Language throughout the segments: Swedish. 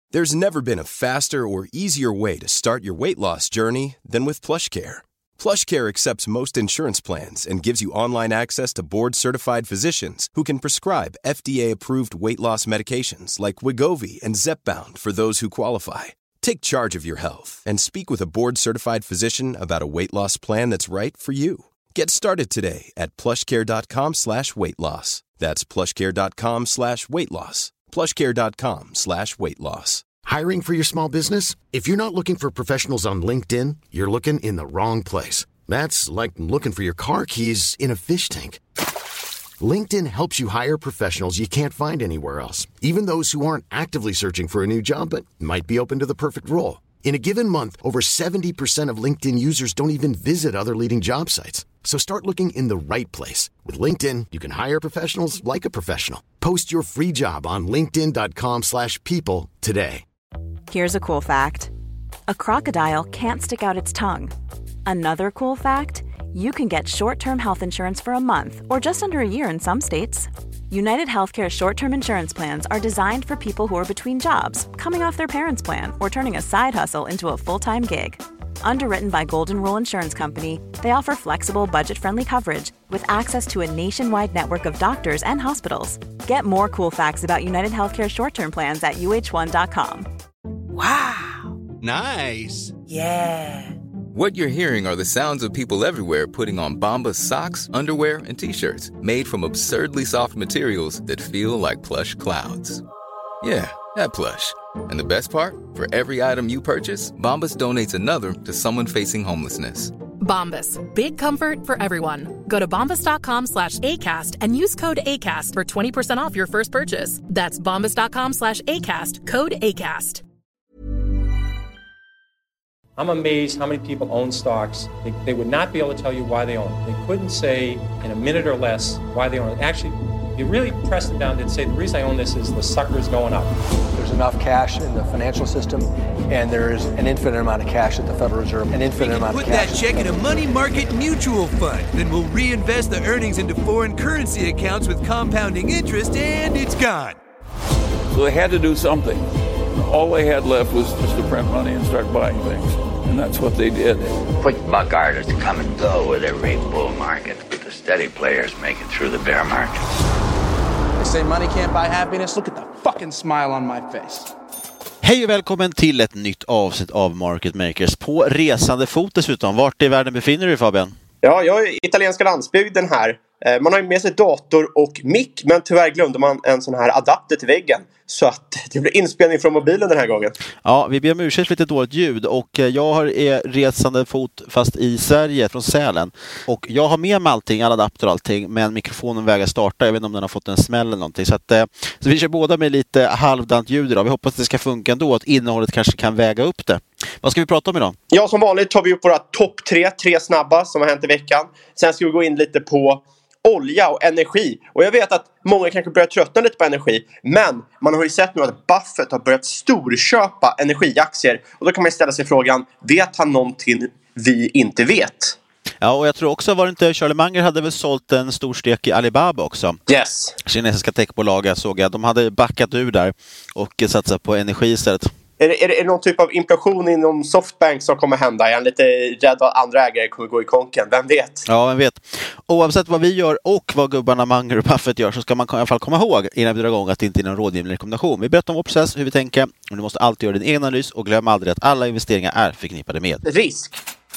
There's never been a faster or easier way to start your weight loss journey than with PlushCare. PlushCare accepts most insurance plans and gives you online access to board-certified physicians who can prescribe FDA-approved weight loss medications like Wegovy and Zepbound for those who qualify. Take charge of your health and speak with a board-certified physician about a weight loss plan that's right for you. Get started today at plushcare.com/weightloss. That's plushcare.com/weightloss. plushcare.com/weightloss. Hiring for your small business? If you're not looking for professionals on LinkedIn, you're looking in the wrong place. That's like looking for your car keys in a fish tank. LinkedIn helps you hire professionals you can't find anywhere else, even those who aren't actively searching for a new job but might be open to the perfect role. In a given month, over 70% of LinkedIn users don't even visit other leading job sites. So start looking in the right place. With LinkedIn, you can hire professionals like a professional. Post your free job on linkedin.com/people today. Here's a cool fact. A crocodile can't stick out its tongue. Another cool fact, you can get short-term health insurance for a month or just under a year in some states. United Healthcare short-term insurance plans are designed for people who are between jobs, coming off their parents' plan, or turning a side hustle into a full-time gig. Underwritten by Golden Rule Insurance Company, they offer flexible, budget-friendly coverage with access to a nationwide network of doctors and hospitals. Get more cool facts about United Healthcare short-term plans at uh1.com. Wow. Nice. Yeah. What you're hearing are the sounds of people everywhere putting on Bombas socks, underwear, and T-shirts made from absurdly soft materials that feel like plush clouds. Yeah, that plush. And the best part? For every item you purchase, Bombas donates another to someone facing homelessness. Bombas. Big comfort for everyone. Go to bombas.com/ACAST and use code ACAST for 20% off your first purchase. That's bombas.com/ACAST. Code ACAST. I'm amazed how many people own stocks. They would not be able to tell you why they own it. They couldn't say in a minute or less why they own it. Actually, you really press it down, they'd say the reason I own this is the sucker's going up. There's enough cash in the financial system, and there's an infinite amount of cash at the Federal Reserve. An infinite amount of cash. Put that check in a money market mutual fund. Then we'll reinvest the earnings into foreign currency accounts with compounding interest, and it's gone. So they had to do something. All they had left was just to print money and start buying things. And that's what they did. Quick buck artists come and go with every bull market, but the steady players make it through the bear market. They say money can't buy happiness. Look at the fucking smile on my face. Hej och välkommen till ett nytt avsnitt av Market Makers på resande fot dessutom. Vart i världen befinner du dig, Fabian? Ja, jag är i italienska landsbygden här. Man har ju med sig dator och mick, men tyvärr glömde man en sån här adapter till väggen. Så att det blir inspelning från mobilen den här gången. Ja, vi ber om ursäkt för lite dåligt ljud. Och jag är resande fot fast i Sverige från Sälen. Och jag har med mig allting, alla adapter och allting. Men mikrofonen vägrar starta. Jag vet inte om den har fått en smäll eller någonting. Så vi kör båda med lite halvdant ljud idag. Vi hoppas att det ska funka ändå. Att innehållet kanske kan väga upp det. Vad ska vi prata om idag? Ja, som vanligt tar vi upp våra topp tre snabba som har hänt i veckan. Sen ska vi gå in lite på olja och energi. Och jag vet att många kanske börjar tröttna lite på energi. Men man har ju sett nu att Buffett har börjat storköpa energiaktier. Och då kan man ställa sig frågan, vet han någonting vi inte vet? Ja, och jag tror också, var det inte Charlie Munger hade väl sålt en stor stek i Alibaba också? Yes. Kinesiska techbolag såg jag. De hade backat ur där och satsat på energi istället. Är det någon typ av inflation inom Softbank som kommer hända? Jag är lite rädd att andra ägare kommer gå i konken. Vem vet? Ja, vem vet. Oavsett vad vi gör och vad gubbarna Munger och Buffett gör så ska man i alla fall komma ihåg innan vi drar igång att det inte är någon rådgivning rekommendation. Vi berättar om vår process, hur vi tänker. Men du måste alltid göra din egen analys och glöm aldrig att alla investeringar är förknippade med risk.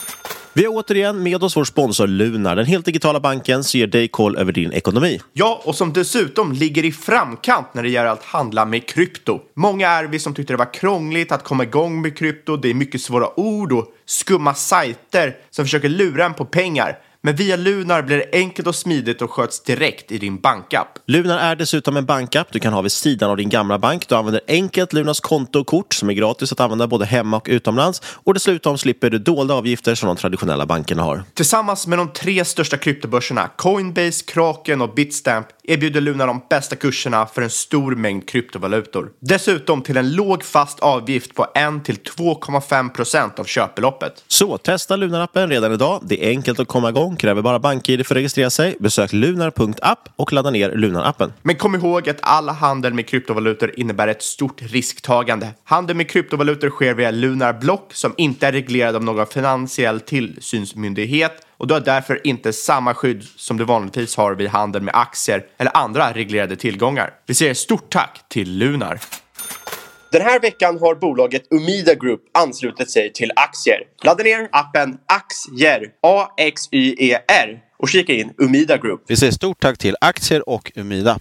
Vi har återigen med oss vår sponsor Lunar, den helt digitala banken som ger dig koll över din ekonomi. Ja, och som dessutom ligger i framkant när det gäller att handla med krypto. Många är vi som tyckte det var krångligt att komma igång med krypto. Det är mycket svåra ord och skumma sajter som försöker lura en på pengar. Men via Lunar blir det enkelt och smidigt och sköts direkt i din bankapp. Lunar är dessutom en bankapp du kan ha vid sidan av din gamla bank. Du använder enkelt Lunars konto och kort som är gratis att använda både hemma och utomlands. Och dessutom slipper du dolda avgifter som de traditionella bankerna har. Tillsammans med de 3 största kryptobörserna, Coinbase, Kraken och Bitstamp, erbjuder Lunar de bästa kurserna för en stor mängd kryptovalutor. Dessutom till en låg fast avgift på 1-2,5% av köpbeloppet. Så testa Lunar-appen redan idag. Det är enkelt att komma igång. igång. Kräver bara BankID för att registrera sig. Besök lunar.app och ladda ner Lunar-appen. Men kom ihåg att all handel med kryptovalutor innebär ett stort risktagande. Handel med kryptovalutor sker via Lunar Block som inte är reglerad av någon finansiell tillsynsmyndighet och du har därför inte samma skydd som du vanligtvis har vid handel med aktier eller andra reglerade tillgångar. Vi säger stort tack till Lunar. Den här veckan har bolaget Umida Group anslutit sig till Axier. Ladda ner appen Axier, A-X-Y-E-R och kika in Umida Group. Vi säger stort tack till Axier och Umida.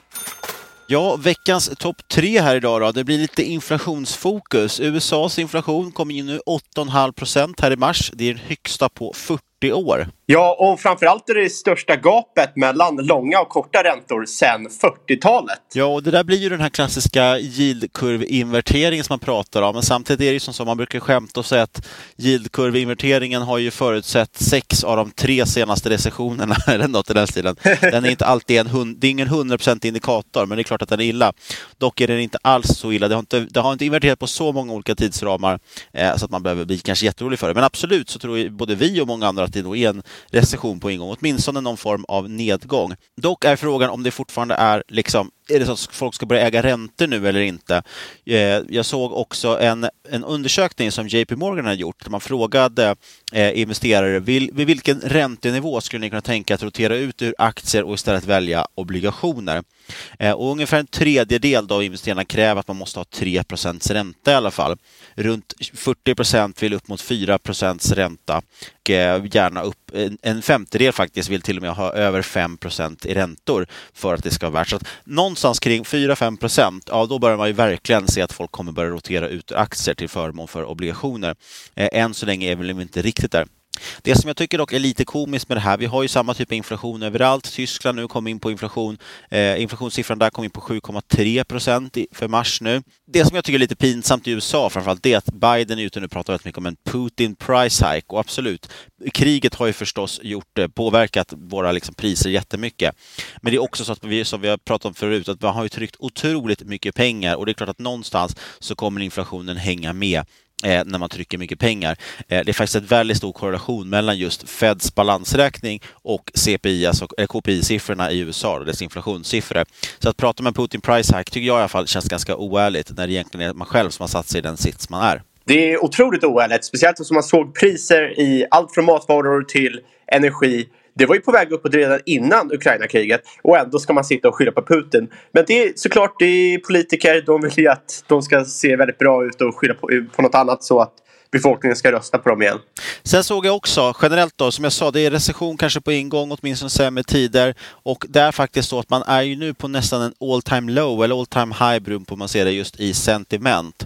Ja, veckans topp 3 här idag då. Det blir lite inflationsfokus. USAs inflation kommer ju nu 8,5% här i mars. Det är den högsta på 40 år. Ja, och framförallt är det största gapet mellan långa och korta räntor sedan 40-talet. Ja, och det där blir ju den här klassiska yieldkurvinverteringen som man pratar om. Men samtidigt är det ju som man brukar skämta och säga att yieldkurvinverteringen har ju förutsett 6 av de 3 senaste recessionerna eller något i den stilen. Den är inte alltid det är ingen 100% indikator, men det är klart att den är illa. Dock är den inte alls så illa. Det har inte inverterat på så många olika tidsramar så att man behöver bli kanske jätterolig för det. Men absolut så tror både vi och många andra att det då är en recession på ingång, åtminstone någon form av nedgång. Dock är frågan om det fortfarande är det så att folk ska börja äga räntor nu eller inte. Jag såg också en undersökning som JP Morgan har gjort där man frågade investerare vid vilken räntenivå skulle ni kunna tänka att rotera ut ur aktier och istället välja obligationer. Och ungefär en tredjedel av investerarna kräver att man måste ha 3% ränta i alla fall. Runt 40% vill upp mot 4% ränta och gärna upp en femtedel faktiskt vill till och med ha över 5% i räntor för att det ska vara värt. Så att någonstans kring 4-5%, ja då börjar man ju verkligen se att folk kommer börja rotera ut aktier till förmån för obligationer. Än så länge är väl inte riktigt där. Det som jag tycker dock är lite komiskt med det här, vi har ju samma typ av inflation överallt. Tyskland nu kom in på inflation. Inflationssiffran där kom in på 7,3% för mars nu. Det som jag tycker är lite pinsamt i USA framförallt det är att Biden är ute nu och pratar väldigt mycket om en Putin price hike. Och absolut, kriget har ju förstås påverkat våra priser jättemycket. Men det är också så att som vi har pratat om förut, att man har ju tryckt otroligt mycket pengar. Och det är klart att någonstans så kommer inflationen hänga med när man trycker mycket pengar. Det är faktiskt en väldigt stor korrelation mellan just Feds balansräkning och CPI, alltså KPI-siffrorna i USA och dess inflationssiffror. Så att prata med Putin price hike tycker jag i alla fall känns ganska oärligt när det egentligen är man själv som har satt sig i den sits man är. Det är otroligt oärligt, speciellt som man såg priser i allt från matvaror till energi. Det var ju på väg uppåt redan innan Ukraina-kriget och ändå ska man sitta och skylla på Putin. Men det är såklart, det är politiker, de vill ju att de ska se väldigt bra ut och skylla på något annat så att befolkningen ska rösta på dem igen. Sen såg jag också, generellt då, som jag sa, det är recession kanske på ingång, åtminstone sämre tider. Och det är faktiskt så att man är ju nu på nästan en all time low eller all time high beroende på man ser det just i sentiment.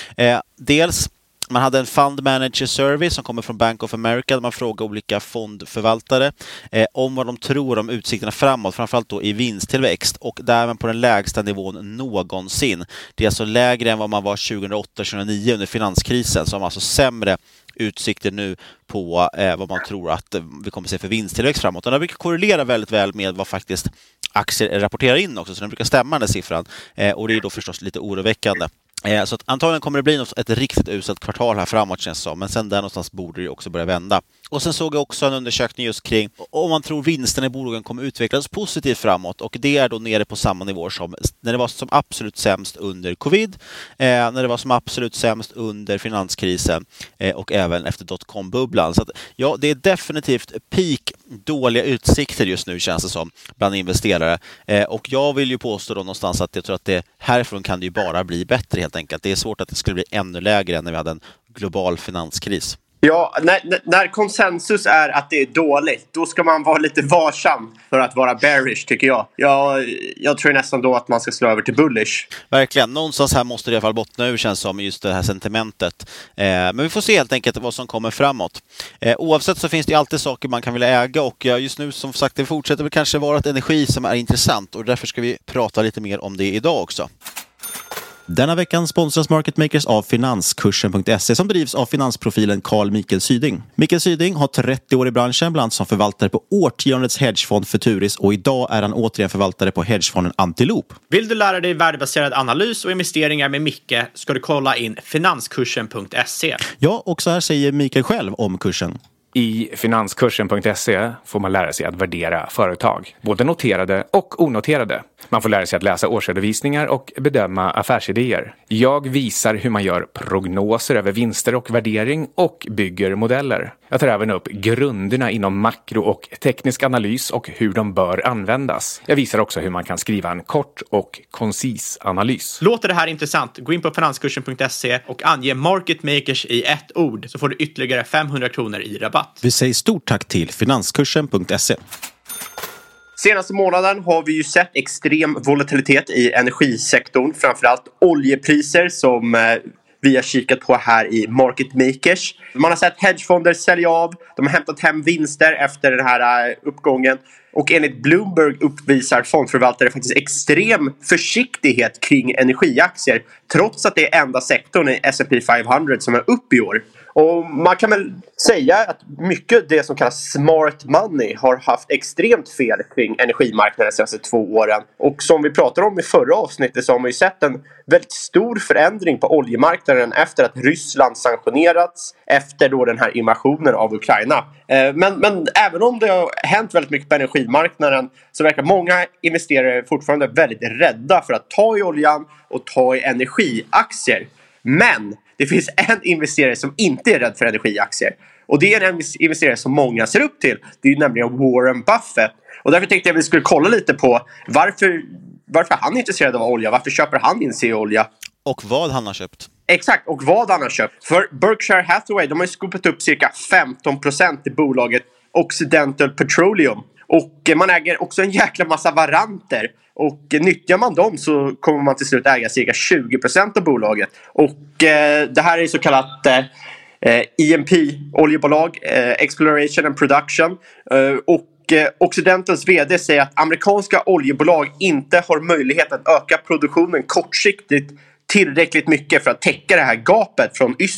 Dels man hade en fund manager survey som kommer från Bank of America där man frågar olika fondförvaltare om vad de tror om utsikterna framåt, framförallt då i vinsttillväxt och där är man på den lägsta nivån någonsin. Det är alltså lägre än vad man var 2008-2009 under finanskrisen, som alltså sämre utsikter nu på vad man tror att vi kommer se för vinsttillväxt framåt. Och det brukar korrelera väldigt väl med vad faktiskt aktier rapporterar in också, så den brukar stämma den siffran och det är då förstås lite oroväckande. Så att antagligen kommer det bli ett riktigt uselt kvartal här framåt känns som. Men sen där någonstans borde det också börja vända. Och sen såg jag också en undersökning just kring om man tror vinsterna i bolagen kommer utvecklas positivt framåt. Och det är då nere på samma nivå som när det var som absolut sämst under covid. När det var som absolut sämst under finanskrisen. Och även efter dotcom-bubblan. Så att, ja, det är definitivt peak dåliga utsikter just nu känns det som bland investerare. Och jag vill ju påstå då någonstans att jag tror att det härifrån kan det ju bara bli bättre helt enkelt. Det är svårt att det skulle bli ännu lägre än när vi hade en global finanskris. Ja, när konsensus är att det är dåligt, då ska man vara lite varsam för att vara bearish tycker jag. Jag tror nästan då att man ska slå över till bullish. Verkligen, någonstans här måste det i alla fall bottna ur känns som just det här sentimentet. Men vi får se helt enkelt vad som kommer framåt. Oavsett så finns det alltid saker man kan vilja äga och just nu som sagt det fortsätter väl kanske vara ett energi som är intressant och därför ska vi prata lite mer om det idag också. Denna veckan sponsras Market Makers av Finanskursen.se som drivs av finansprofilen Carl Mikael Syding. Mikael Syding har 30 år i branschen, bland annat som förvaltare på årtiondets hedgefond Futuris och idag är han återigen förvaltare på hedgefonden Antilope. Vill du lära dig värdebaserad analys och investeringar med Micke ska du kolla in Finanskursen.se. Ja, och så här säger Mikael själv om kursen. I finanskursen.se får man lära sig att värdera företag, både noterade och onoterade. Man får lära sig att läsa årsredovisningar och bedöma affärsidéer. Jag visar hur man gör prognoser över vinster och värdering och bygger modeller. Jag tar även upp grunderna inom makro- och teknisk analys och hur de bör användas. Jag visar också hur man kan skriva en kort och koncis analys. Låter det här intressant? Gå in på finanskursen.se och ange Market Makers i ett ord så får du ytterligare 500 kronor i rabatt. Vi säger stort tack till finanskursen.se. Senaste månaden har vi ju sett extrem volatilitet i energisektorn. Framförallt oljepriser som vi har kikat på här i Market Makers. Man har sett hedgefonder sälja av. De har hämtat hem vinster efter den här uppgången. Och enligt Bloomberg uppvisar fondförvaltare faktiskt extrem försiktighet kring energiaktier. Trots att det är enda sektorn i S&P 500 som är upp i år. Och man kan väl säga att mycket det som kallas smart money har haft extremt fel kring energimarknaden de senaste 2 åren. Och som vi pratade om i förra avsnittet så har man ju sett en väldigt stor förändring på oljemarknaden efter att Ryssland sanktionerats efter då den här invasionen av Ukraina. Men även om det har hänt väldigt mycket på energimarknaden så verkar många investerare fortfarande väldigt rädda för att ta i oljan och ta i energiaktier. Men det finns en investerare som inte är rädd för energiaktier. Och det är en investerare som många ser upp till. Det är ju nämligen Warren Buffett. Och därför tänkte jag att vi skulle kolla lite på varför han är intresserad av olja. Varför köper han in sig i olja? Och vad han har köpt. Exakt, och vad han har köpt. För Berkshire Hathaway, de har ju skopat upp cirka 15% i bolaget Occidental Petroleum. Och man äger också en jäkla massa varanter. Och nyttjar man dem så kommer man till slut äga cirka 20% av bolaget. Och det här är så kallat E&P-oljebolag, Exploration and Production. Och Occidentals vd säger att amerikanska oljebolag inte har möjlighet att öka produktionen kortsiktigt tillräckligt mycket för att täcka det här gapet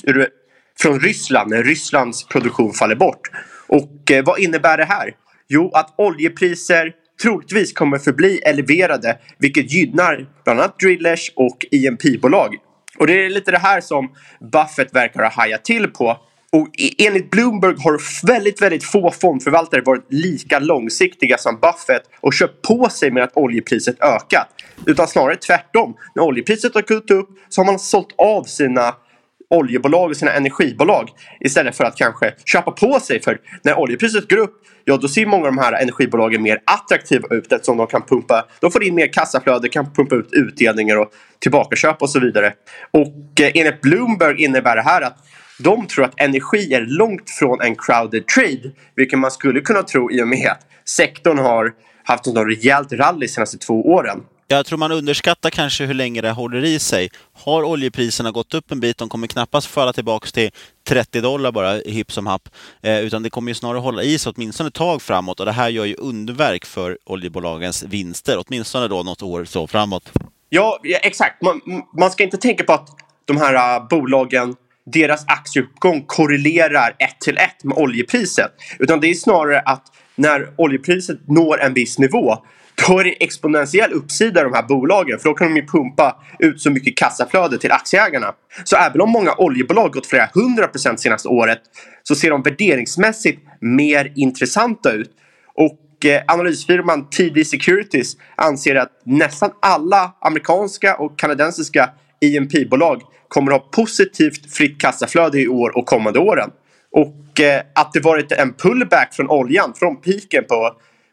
från Ryssland när Rysslands produktion faller bort. Och vad innebär det här? Jo, att oljepriser troligtvis kommer förbli eleverade, vilket gynnar bland annat drillers och E&P-bolag. Och det är lite det här som Buffett verkar ha hajat till på. Och enligt Bloomberg har väldigt, väldigt få fondförvaltare varit lika långsiktiga som Buffett och köpt på sig med att oljepriset ökat. Utan snarare tvärtom. När oljepriset har gått upp så har man sålt av sina oljebolag och sina energibolag istället för att kanske köpa på sig. För när oljepriset går upp, ja då ser många av de här energibolagen mer attraktiva ut eftersom de kan de får in mer kassaflöde, kan pumpa ut utdelningar och tillbakaköp och så vidare. Och enligt Bloomberg innebär det här att de tror att energi är långt från en crowded trade, vilket man skulle kunna tro i och med att sektorn har haft en rejält rally de senaste 2 åren. Jag tror man underskattar kanske hur länge det håller i sig. Har oljepriserna gått upp en bit, de kommer knappast falla tillbaka till $30 bara hipp som happ. Utan det kommer ju snarare hålla i sig åtminstone ett tag framåt. Och det här gör ju underverk för oljebolagens vinster, åtminstone då något år så framåt. Ja, exakt. Man ska inte tänka på att de här bolagen, deras aktieuppgång korrelerar 1-1 med oljepriset. Utan det är snarare att när oljepriset når en viss nivå, då är det exponentiell uppsida i de här bolagen. För då kan de ju pumpa ut så mycket kassaflöde till aktieägarna. Så även om många oljebolag gått flera 100% senaste året så ser de värderingsmässigt mer intressanta ut. Och analysfirman TD Securities anser att nästan alla amerikanska och kanadensiska E&P-bolag kommer att ha positivt fritt kassaflöde i år och kommande åren. Och att det varit en pullback från oljan från piken på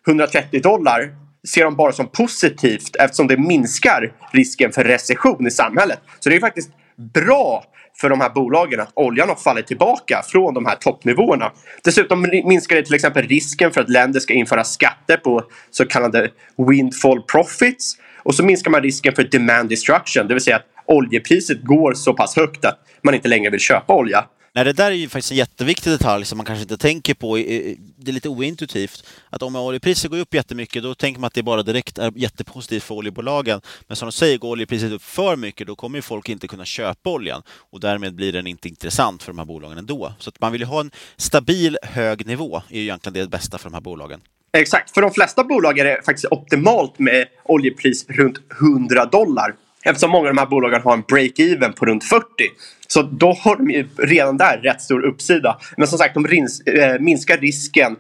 $130 ser de bara som positivt eftersom det minskar risken för recession i samhället. Så det är faktiskt bra för de här bolagen att oljan har fallit tillbaka från de här toppnivåerna. Dessutom minskar det till exempel risken för att länder ska införa skatter på så kallade windfall profits. Och så minskar man risken för demand destruction, det vill säga att oljepriset går så pass högt att man inte längre vill köpa olja. Nej, det där är ju faktiskt en jätteviktig detalj som man kanske inte tänker på. Det är lite ointuitivt. Att om oljepriset går upp jättemycket, då tänker man att det bara direkt är jättepositivt för oljebolagen. Men som de säger, går oljepriset upp för mycket, då kommer ju folk inte kunna köpa oljan. Och därmed blir den inte intressant för de här bolagen ändå. Så att man vill ju ha en stabil, hög nivå är ju egentligen det bästa för de här bolagen. Exakt, för de flesta bolag är det faktiskt optimalt med oljepris runt $100. Eftersom många av de här bolagen har en break-even på runt 40. Så då har de ju redan där rätt stor uppsida. Men som sagt, de minskar risken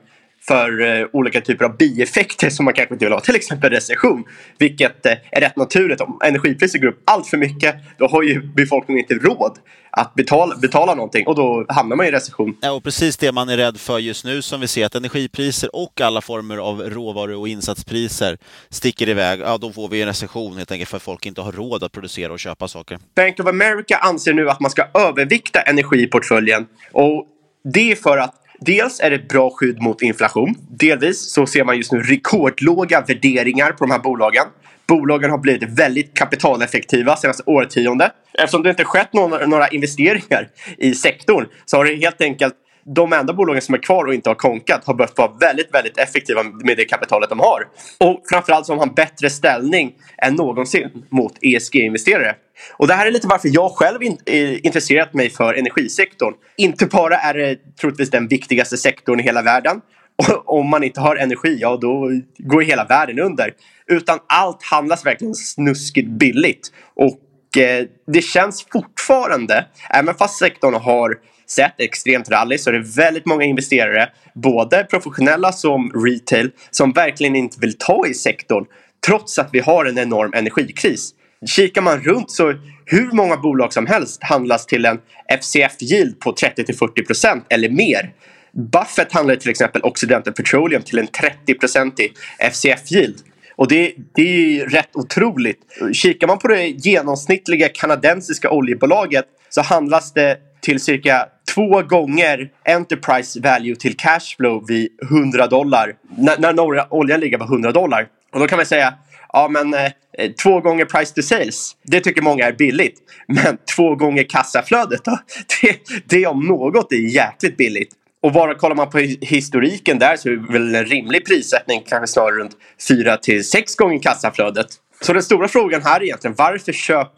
för olika typer av bieffekter som man kanske inte vill ha. Till exempel recession, vilket är rätt naturligt. Om energipriser går upp allt för mycket, då har ju befolkningen inte råd att betala någonting, och då hamnar man i recession. Ja, och precis det man är rädd för just nu, som vi ser att energipriser och alla former av råvaror och insatspriser sticker iväg. Ja, då får vi en recession helt enkelt för att folk inte har råd att producera och köpa saker. Bank of America anser nu att man ska övervikta energiportföljen, och det är för att dels är det ett bra skydd mot inflation. Delvis så ser man just nu rekordlåga värderingar på de här bolagen. Bolagen har blivit väldigt kapitaleffektiva senaste årtionde. Eftersom det inte skett några investeringar i sektorn, så har det helt enkelt de enda bolagen som är kvar och inte har konkat har börjat vara väldigt, väldigt effektiva med det kapitalet de har. Och framförallt så har de bättre ställning än någonsin mot ESG-investerare. Och det här är lite varför jag själv intresserat mig för energisektorn. Inte bara är det troligtvis den viktigaste sektorn i hela världen. Och om man inte har energi, ja då går hela världen under. Utan allt handlas verkligen snuskigt billigt. Och det känns fortfarande, även fast sektorn har sett extremt rally, så är det väldigt många investerare, både professionella som retail, som verkligen inte vill ta i sektorn trots att vi har en enorm energikris. Kikar man runt så hur många bolag som helst handlas till en FCF-yield på 30-40% eller mer. Buffett handlar till exempel Occidental Petroleum till en 30% FCF-yield. Och det är rätt otroligt. Kikar man på det genomsnittliga kanadensiska oljebolaget så handlas det till cirka 2 gånger enterprise value till cashflow vid $100. När oljan ligger på $100. Och då kan man säga, ja men 2 gånger price to sales, det tycker många är billigt. Men 2 gånger kassaflödet då? Det om något är jäkligt billigt. Och bara kollar man på historiken där så är det väl en rimlig prissättning kanske snarare runt 4-6 gånger kassaflödet. Så den stora frågan här är egentligen, varför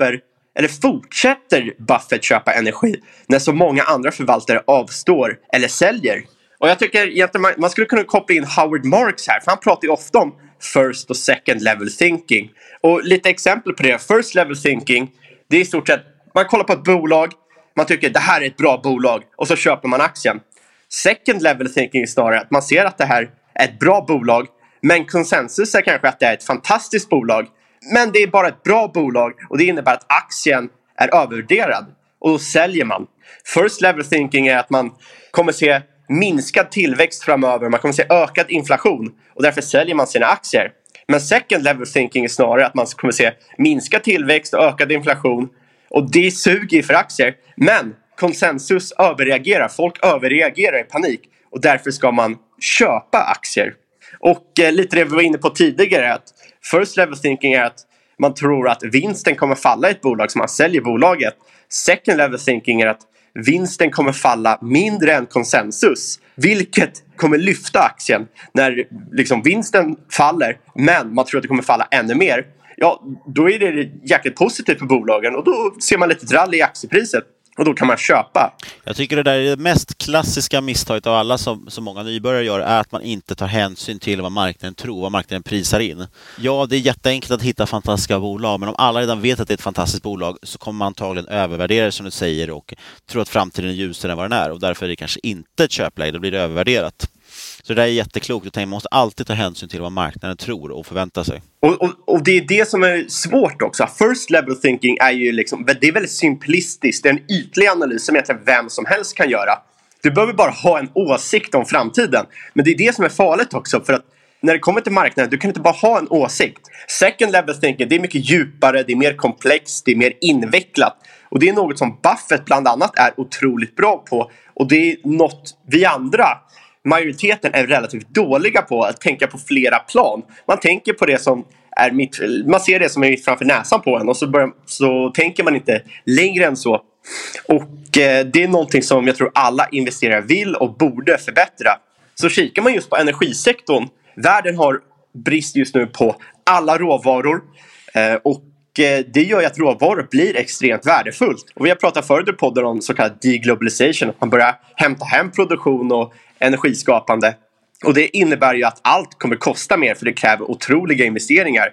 fortsätter Buffett köpa energi när så många andra förvaltare avstår eller säljer? Och jag tycker egentligen man skulle kunna koppla in Howard Marks här, för han pratar ju ofta om first och second level thinking. Och lite exempel på det, first level thinking, det är i stort sett, man kollar på ett bolag, man tycker det här är ett bra bolag och så köper man aktien. Second level thinking är snarare att man ser att det här är ett bra bolag, men konsensus är kanske att det är ett fantastiskt bolag, men det är bara ett bra bolag och det innebär att aktien är övervärderad och då säljer man. First level thinking är att man kommer se minskad tillväxt framöver, man kommer se ökad inflation och därför säljer man sina aktier. Men second level thinking är snarare att man kommer se minskad tillväxt och ökad inflation, och det suger för aktier, men konsensus överreagerar, folk överreagerar i panik och därför ska man köpa aktier. Och lite det vi var inne på tidigare, att first level thinking är att man tror att vinsten kommer falla i ett bolag som man säljer bolaget. Second level thinking är att vinsten kommer falla mindre än konsensus, vilket kommer lyfta aktien när liksom vinsten faller men man tror att det kommer falla ännu mer. Ja, då är det jäkligt positivt för bolagen och då ser man lite rally i aktiepriset. Och då kan man köpa. Jag tycker det där är det mest klassiska misstaget av alla som många nybörjare gör, är att man inte tar hänsyn till vad marknaden tror, vad marknaden prisar in. Ja, det är jätteenkelt att hitta fantastiska bolag, men om alla redan vet att det är ett fantastiskt bolag så kommer man antagligen övervärdera det som du säger och tro att framtiden är ljusare än vad den är, och därför är det kanske inte ett köpläge, då blir det övervärderat. Så det där är jätteklokt. Man måste alltid ta hänsyn till vad marknaden tror och förväntar sig. Och det är det som är svårt också. First level thinking är ju liksom, det är väldigt simplistiskt. Det är en ytlig analys som egentligen vem som helst kan göra. Du behöver bara ha en åsikt om framtiden. Men det är det som är farligt också, för att när det kommer till marknaden, du kan inte bara ha en åsikt. Second level thinking, det är mycket djupare, det är mer komplext, det är mer invecklat. Och det är något som Buffett bland annat är otroligt bra på. Och det är något vi andra, majoriteten, är relativt dåliga på, att tänka på flera plan. Man tänker på det som är man ser det som är mitt framför näsan på en, och så tänker man inte längre än så. Och det är någonting som jag tror alla investerare vill och borde förbättra. Så kikar man just på energisektorn, världen har brist just nu på alla råvaror, och det gör ju att råvaror blir extremt värdefullt. Och vi har pratat förut i podden om så kallad deglobalization, att man börjar hämta hem produktion och energiskapande. Och det innebär ju att allt kommer kosta mer, för det kräver otroliga investeringar.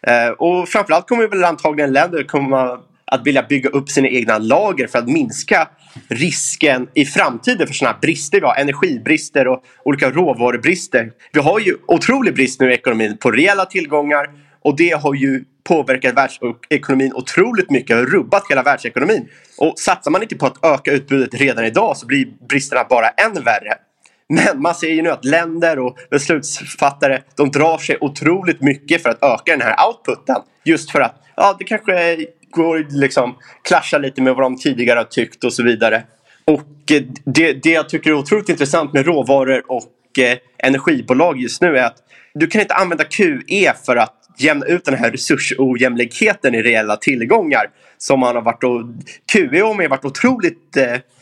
Och framförallt kommer väl antagligen länder komma att vilja bygga upp sina egna lager för att minska risken i framtiden för sådana här brister. Vi har energibrister och olika råvarubrister. Vi har ju otrolig brist nu i ekonomin på reella tillgångar, och det har ju påverkat världsekonomin otroligt mycket och rubbat hela världsekonomin. Och satsar man inte på att öka utbudet redan idag så blir bristerna bara än värre. Men man ser ju nu att länder och beslutsfattare, de drar sig otroligt mycket för att öka den här outputen. Just för att det kanske går liksom klascha lite med vad de tidigare har tyckt och så vidare. Och det jag tycker är otroligt intressant med råvaror och energibolag just nu är att du kan inte använda QE för att jämna ut den här resursojämlikheten i reella tillgångar som man har varit. Och QE har varit otroligt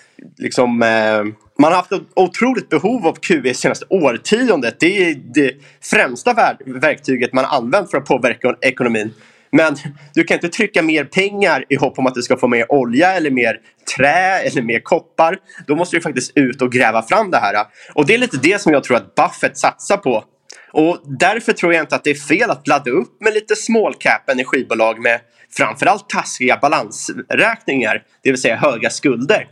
man har haft ett otroligt behov av QE senaste årtiondet. Det är det främsta verktyget man använt för att påverka ekonomin. Men du kan inte trycka mer pengar i hopp om att du ska få mer olja eller mer trä eller mer koppar. Då måste du faktiskt ut och gräva fram det här. Och det är lite det som jag tror att Buffett satsar på. Och därför tror jag inte att det är fel att ladda upp med lite small cap energibolag med framförallt taskiga balansräkningar, det vill säga höga skulder.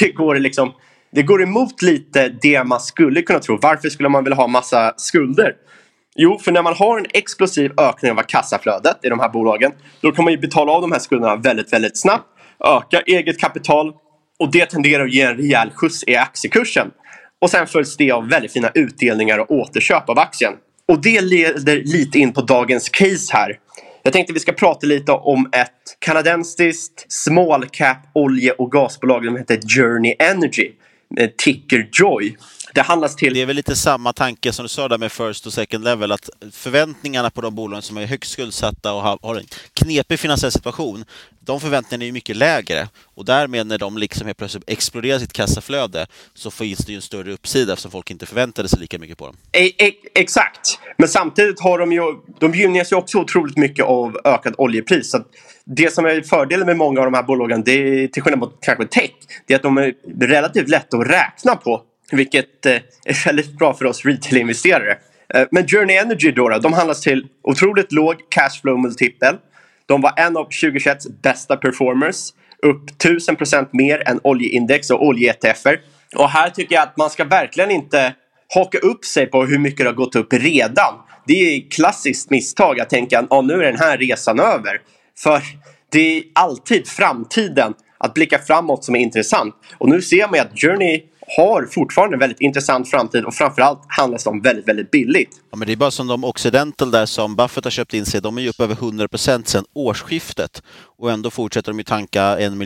Det går emot lite det man skulle kunna tro. Varför skulle man vilja ha massa skulder? Jo, för när man har en explosiv ökning av kassaflödet i de här bolagen, då kan man ju betala av de här skulderna väldigt, väldigt snabbt, öka eget kapital, och det tenderar att ge en rejäl skjuts i aktiekursen. Och sen följs det av väldigt fina utdelningar och återköp av aktien. Och det leder lite in på dagens case här. Jag tänkte vi ska prata lite om ett kanadensiskt small cap olje- och gasbolag som heter Journey Energy, ticker JOY. Det är väl lite samma tanke som du sa där med first och second level, att förväntningarna på de bolagen som är högt skuldsatta och har en knepig finansiell situation, de förväntningarna är ju mycket lägre, och därmed när de liksom helt plötsligt exploderar sitt kassaflöde så finns det ju en större uppsida eftersom folk inte förväntade sig lika mycket på dem. Exakt, men samtidigt har de gynnas ju också otroligt mycket av ökad oljepris. Så att det som är fördelen med många av de här bolagen, det är till skillnad mot kanske tech, det är att de är relativt lätta att räkna på. Vilket är väldigt bra för oss retail-investerare. Men Journey Energy då, de handlas till otroligt låg cashflow-multipel. De var en av 2021s bästa performers. Upp 1000% mer än oljeindex och olje-ETFer. Och här tycker jag att man ska verkligen inte haka upp sig på hur mycket det har gått upp redan. Det är klassiskt misstag att tänka att nu är den här resan över. För det är alltid framtiden att blicka framåt som är intressant. Och nu ser man att Journey har fortfarande en väldigt intressant framtid, och framförallt handlas de väldigt, väldigt billigt. Ja, men det är bara som de Occidental där som Buffett har köpt in sig, de är ju upp över 100% sedan årsskiftet, och ändå fortsätter de ju tanka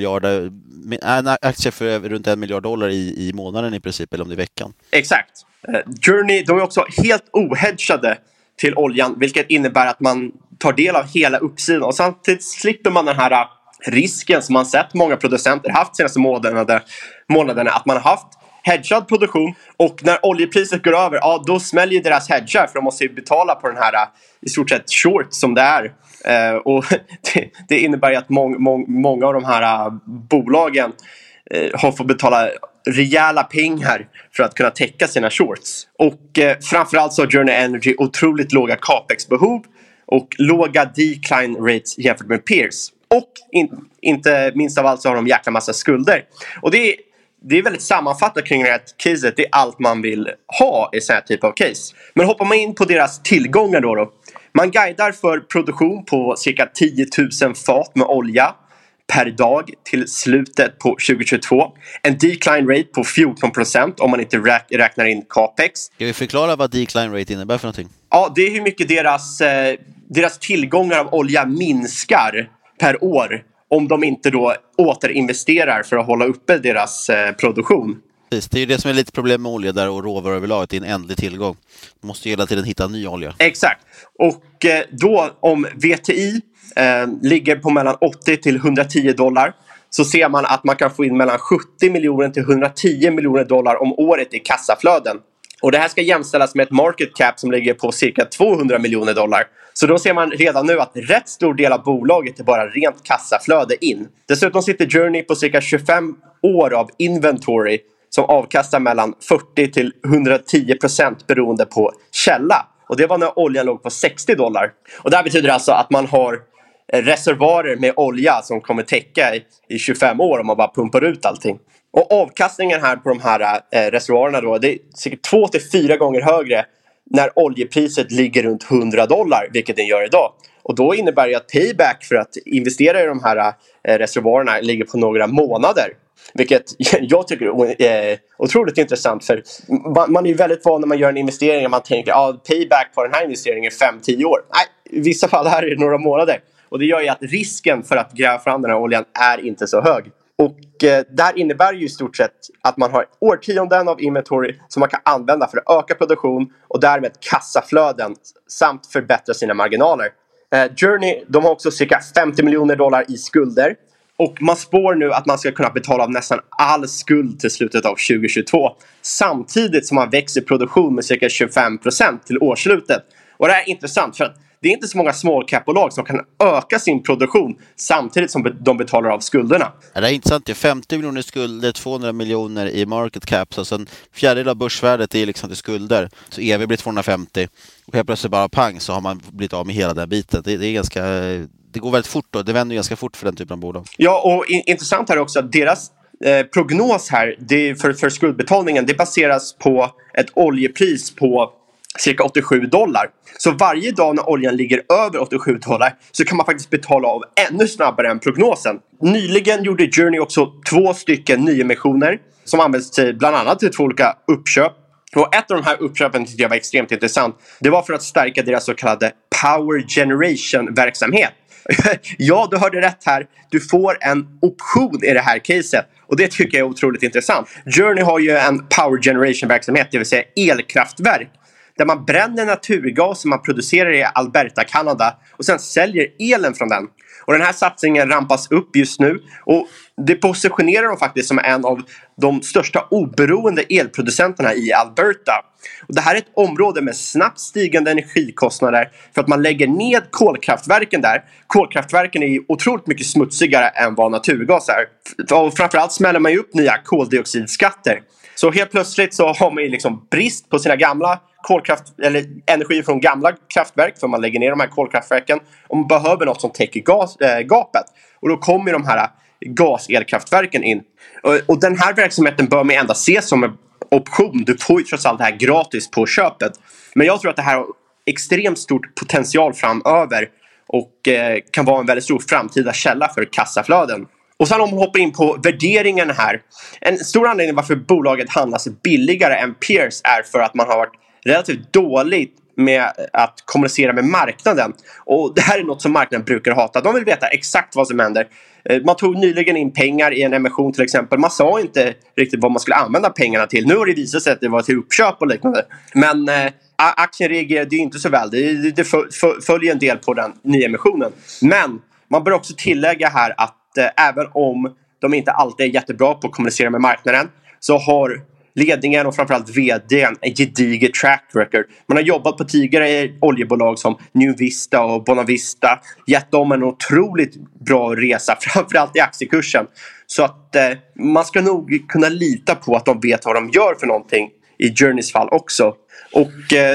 en aktie för runt $1 miljard i månaden i princip, eller om det är veckan. Exakt. Journey, de är också helt ohedgade till oljan, vilket innebär att man tar del av hela uppsidan, och samtidigt slipper man den här risken som man sett många producenter haft senaste månaderna, att man har haft hedgad produktion, och när oljepriset går över, då smäller deras hedgar, för de måste ju betala på den här i stort sett short som det är. Och det innebär att många av de här bolagen har fått betala rejäla pengar för att kunna täcka sina shorts. Och framförallt så har Journey Energy otroligt låga capex-behov och låga decline rates jämfört med peers. Och inte minst av allt så har de jäkla massa skulder. Och det är väldigt sammanfattat kring det här caset. Det är allt man vill ha i sån här typ av case. Men hoppar man in på deras tillgångar då. Man guidar för produktion på cirka 10 000 fat med olja per dag till slutet på 2022. En decline rate på 14% om man inte räknar in capex. Ska vi förklara vad decline rate innebär för någonting? Ja, det är hur mycket deras tillgångar av olja minskar per år om de inte då återinvesterar för att hålla uppe deras produktion. Precis, det är ju det som är lite problem med olja där, och råvaror överlag, det är en ändlig tillgång. Man måste hela tiden hitta ny olja. Exakt. Och då om VTI ligger på mellan 80 till $110, så ser man att man kan få in mellan 70 miljoner till $110 miljoner om året i kassaflöden. Och det här ska jämställas med ett market cap som ligger på cirka $200 miljoner. Så då ser man redan nu att rätt stor del av bolaget är bara rent kassaflöde in. Dessutom sitter Journey på cirka 25 år av inventory som avkastar mellan 40 till 110% beroende på källa. Och det var när oljan låg på $60. Och det här betyder alltså att man har reservoarer med olja som kommer täcka i 25 år om man bara pumpar ut allting. Och avkastningen här på de här reservoarerna då, det är säkert 2-4 gånger högre när oljepriset ligger runt $100, vilket den gör idag. Och då innebär det att payback för att investera i de här reservoarerna ligger på några månader. Vilket jag tycker är otroligt intressant, för man är ju väldigt van när man gör en investering och man tänker payback på den här investeringen är 5-10 år. Nej, i vissa fall här är det några månader. Och det gör ju att risken för att gräva fram den här oljan är inte så hög. Och det här innebär ju i stort sett att man har årtionden av inventory som man kan använda för att öka produktion och därmed kassaflöden samt förbättra sina marginaler. Journey, de har också cirka $50 miljoner i skulder. Och man spår nu att man ska kunna betala av nästan all skuld till slutet av 2022. Samtidigt som man växer produktion med cirka 25% till årsslutet. Och det här är intressant för att det är inte så många small cap-bolag som kan öka sin produktion samtidigt som de betalar av skulderna. Ja, det är intressant. Det är 50 miljoner i skulder, 200 miljoner i market cap. Så en fjärdedel av börsvärdet är liksom till skulder. Så EV blir 250. Och helt plötsligt bara pang så har man blivit av med hela den biten. Det är ganska... Det går väldigt fort då. Det vänder ganska fort för den typen av bolag. Ja, och intressant här också att deras prognos här det för skuldbetalningen, det baseras på ett oljepris på cirka $87. Så varje dag när oljan ligger över $87 så kan man faktiskt betala av ännu snabbare än prognosen. Nyligen gjorde Journey också 2 nyemissioner som används till bland annat till 2 olika uppköp. Och ett av de här uppköpen tyckte jag var extremt intressant. Det var för att stärka deras så kallade power generation-verksamhet. Ja, du hörde rätt här. Du får en option i det här caset. Och det tycker jag är otroligt intressant. Journey har ju en power generation-verksamhet, det vill säga elkraftverk. Där man bränner naturgas som man producerar i Alberta, Kanada. Och sen säljer elen från den. Och den här satsningen rampas upp just nu. Och det positionerar dem faktiskt som en av de största oberoende elproducenterna i Alberta. Och det här är ett område med snabbt stigande energikostnader för att man lägger ned kolkraftverken där. Kolkraftverken är ju otroligt mycket smutsigare än vad naturgas är. Och framförallt smäller man ju upp nya koldioxidskatter. Så helt plötsligt så har man ju liksom brist på sina gamla kolkraft eller energi från gamla kraftverk, för man lägger ner de här kolkraftverken och man behöver något som täcker gapet. Och då kommer de här gaselkraftverken in. Och den här verksamheten bör man ändå se som en option. Du får ju trots allt det här gratis på köpet. Men jag tror att det här har extremt stort potential framöver och kan vara en väldigt stor framtida källa för kassaflöden. Och sen om man hoppar in på värderingen här. En stor anledning varför bolaget handlas billigare än peers är för att man har varit relativt dåligt med att kommunicera med marknaden. Och det här är något som marknaden brukar hata. De vill veta exakt vad som händer. Man tog nyligen in pengar i en emission till exempel. Man sa inte riktigt vad man skulle använda pengarna till. Nu har det visat sig att det var till uppköp och liknande. Men aktien reagerade ju inte så väl. Det följer en del på den nya emissionen. Men man bör också tillägga här att även om de inte alltid är jättebra på att kommunicera med marknaden, så har ledningen och framförallt vdn en gediget track record. Man har jobbat på tidigare oljebolag som New Vista och Bonavista, gett dem en otroligt bra resa, framförallt i aktiekursen. Så att man ska nog kunna lita på att de vet vad de gör för någonting i Journeys fall också. Och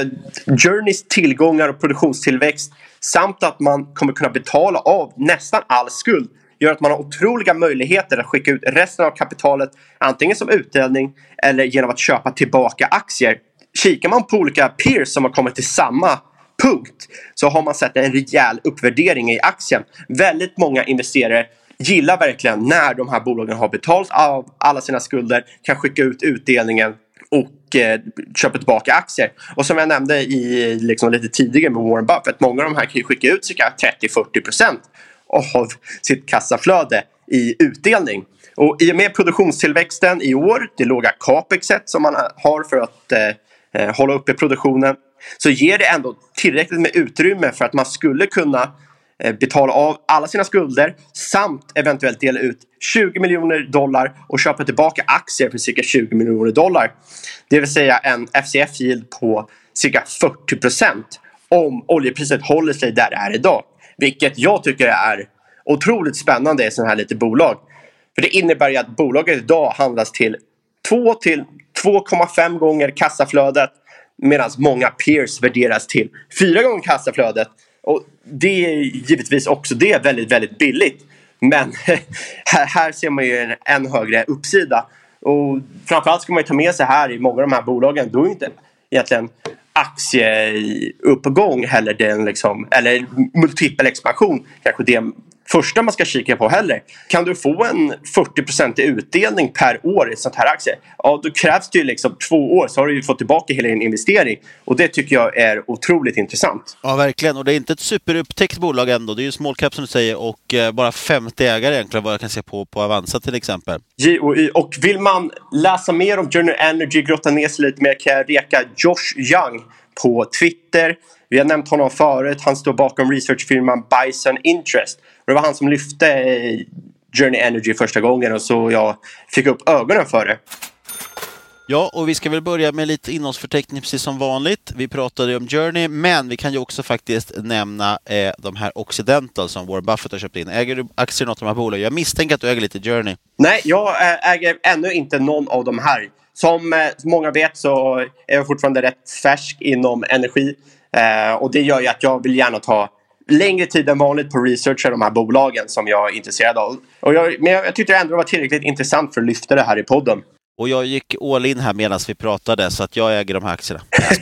Journeys tillgångar och produktionstillväxt samt att man kommer kunna betala av nästan all skuld gör att man har otroliga möjligheter att skicka ut resten av kapitalet antingen som utdelning eller genom att köpa tillbaka aktier. Kikar man på olika peers som har kommit till samma punkt så har man sett en rejäl uppvärdering i aktien. Väldigt många investerare gillar verkligen när de här bolagen har betalt av alla sina skulder, kan skicka ut utdelningen och köpa tillbaka aktier. Och som jag nämnde i liksom lite tidigare med Warren Buffett, många av de här kan ju skicka ut cirka 30-40% av sitt kassaflöde i utdelning. Och i och med produktionstillväxten i år, det låga capexet som man har för att hålla uppe produktionen, så ger det ändå tillräckligt med utrymme för att man skulle kunna betala av alla sina skulder samt eventuellt dela ut $20 miljoner och köpa tillbaka aktier för cirka $20 miljoner. Det vill säga en FCF-yield på cirka 40% om oljepriset håller sig där det är idag. Vilket jag tycker är otroligt spännande i sådana här lite bolag. För det innebär ju att bolaget idag handlas till 2 till 2,5 gånger kassaflödet. medan många peers värderas till 4 gånger kassaflödet. Och det är givetvis också det väldigt, väldigt billigt. Men här ser man ju en högre uppsida. Och framförallt ska man ju ta med sig här i många av de här bolagen, då är inte egentligen aktieuppgång heller den liksom, eller multipel expansion kanske det första man ska kika på heller. Kan du få en 40% utdelning per år i ett sånt här aktie, ja då krävs det ju liksom 2 år så har du ju fått tillbaka hela din investering. Och det tycker jag är otroligt intressant. Ja, verkligen. Och det är inte ett superupptäckt bolag ändå. Det är ju small cap som du säger och bara 50 ägare egentligen vad jag kan se på Avanza till exempel. Och vill man läsa mer om Journey Energy, grotta ner sig lite mer, kan jag reka Josh Young på Twitter. Vi har nämnt honom förut. Han står bakom researchfirman Bison Interest. Och det var han som lyfte Journey Energy första gången och så jag fick upp ögonen för det. Ja, och vi ska väl börja med lite innehållsförteckning precis som vanligt. Vi pratade om Journey, men vi kan ju också faktiskt nämna de här Occidental som Warren Buffett har köpt in. Äger du aktier i något av de här bolagen? Jag misstänker att du äger lite Journey. Nej, jag äger ännu inte någon av de här. Som många vet så är jag fortfarande rätt färsk inom energi. Och det gör ju att jag vill gärna ta längre tid än vanligt på research av de här bolagen som jag är intresserad av. Men jag tyckte ändå det var tillräckligt intressant för att lyfta det här i podden. Och jag gick all in här medan vi pratade så att jag äger de här aktierna.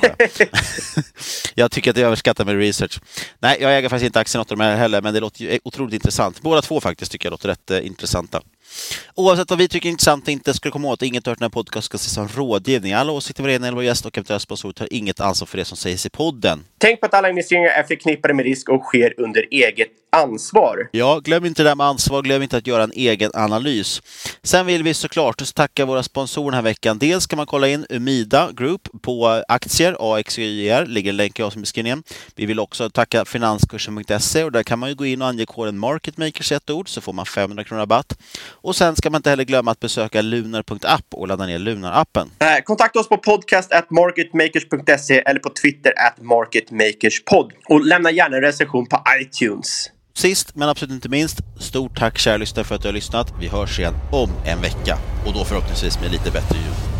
Jag tycker att jag överskattar med research. Nej, jag äger faktiskt inte aktier något av de här heller, men det låter otroligt intressant. Båda två faktiskt tycker jag låter rätt intressanta. Oavsett vad vi tycker är intressant inte ska komma åt, inget av den här podcast ska ses som rådgivning. Alla åsikter var ena eller vår gäst och eventuella sponsorer tar inget ansvar för det som sägs i podden. Tänk på att alla investeringar är förknippade med risk och sker under eget ansvar. Ja, glöm inte det där med ansvar, glöm inte att göra en egen analys. Sen vill vi såklart tacka våra sponsorer den här veckan. Dels kan man kolla in Umida Group på aktier, AXYR, ligger en länk i avsnittbeskrivningen. Vi vill också tacka finanskursen.se och där kan man ju gå in och ange koden MarketMakers ett ord så får man 500 kronor rabatt. Och sen ska man inte heller glömma att besöka lunar.app och ladda ner Lunar-appen. Kontakta oss på podcast@marketmakers.se eller på Twitter @marketmakerspod. Och lämna gärna en recension på iTunes. Sist men absolut inte minst, stort tack kära lyssnare för att du har lyssnat. Vi hörs igen om en vecka och då förhoppningsvis med lite bättre ljud.